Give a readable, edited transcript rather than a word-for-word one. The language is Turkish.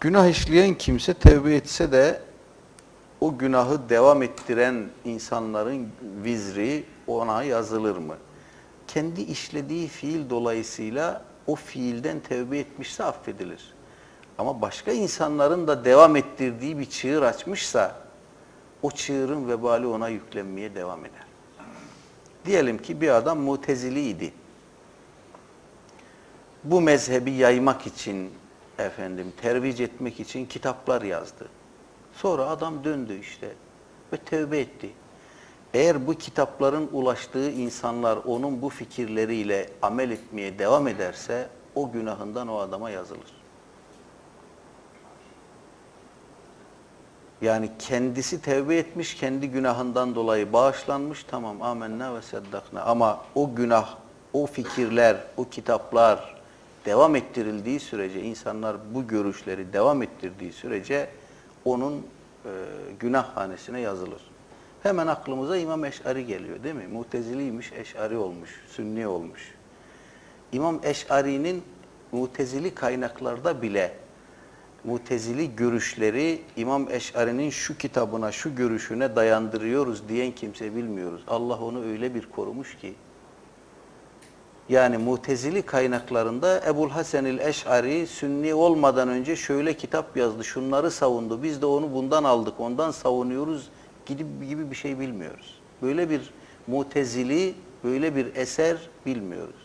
Günah işleyen kimse tevbe etse de o günahı devam ettiren insanların vizri ona yazılır mı? Kendi işlediği fiil dolayısıyla o fiilden tevbe etmişse affedilir. Ama başka insanların da devam ettirdiği bir çığır açmışsa o çığırın vebali ona yüklenmeye devam eder. Diyelim ki bir adam Muteziliydi. Bu mezhebi yaymak için, tervic etmek için kitaplar yazdı. Sonra adam döndü işte ve tövbe etti. Eğer bu kitapların ulaştığı insanlar onun bu fikirleriyle amel etmeye devam ederse o günahından o adama yazılır. Yani kendisi tevbe etmiş, kendi günahından dolayı bağışlanmış, tamam amenna ve seddakna. Ama o günah, o fikirler, o kitaplar devam ettirildiği sürece, insanlar bu görüşleri devam ettirdiği sürece onun günah hanesine yazılır. Hemen aklımıza İmam Eş'ari geliyor değil mi? Muteziliymiş, Eş'ari olmuş, Sünni olmuş. İmam Eş'ari'nin Mutezili kaynaklarda bile Mutezili görüşleri İmam Eş'ari'nin şu kitabına, şu görüşüne dayandırıyoruz diyen kimse bilmiyoruz. Allah onu öyle bir korumuş ki. Yani Mutezili kaynaklarında Ebu'l-Hasenil Eş'ari Sünni olmadan önce şöyle kitap yazdı, şunları savundu. Biz de onu bundan aldık, ondan savunuyoruz gibi bir şey bilmiyoruz. Böyle bir Mutezili, böyle bir eser bilmiyoruz.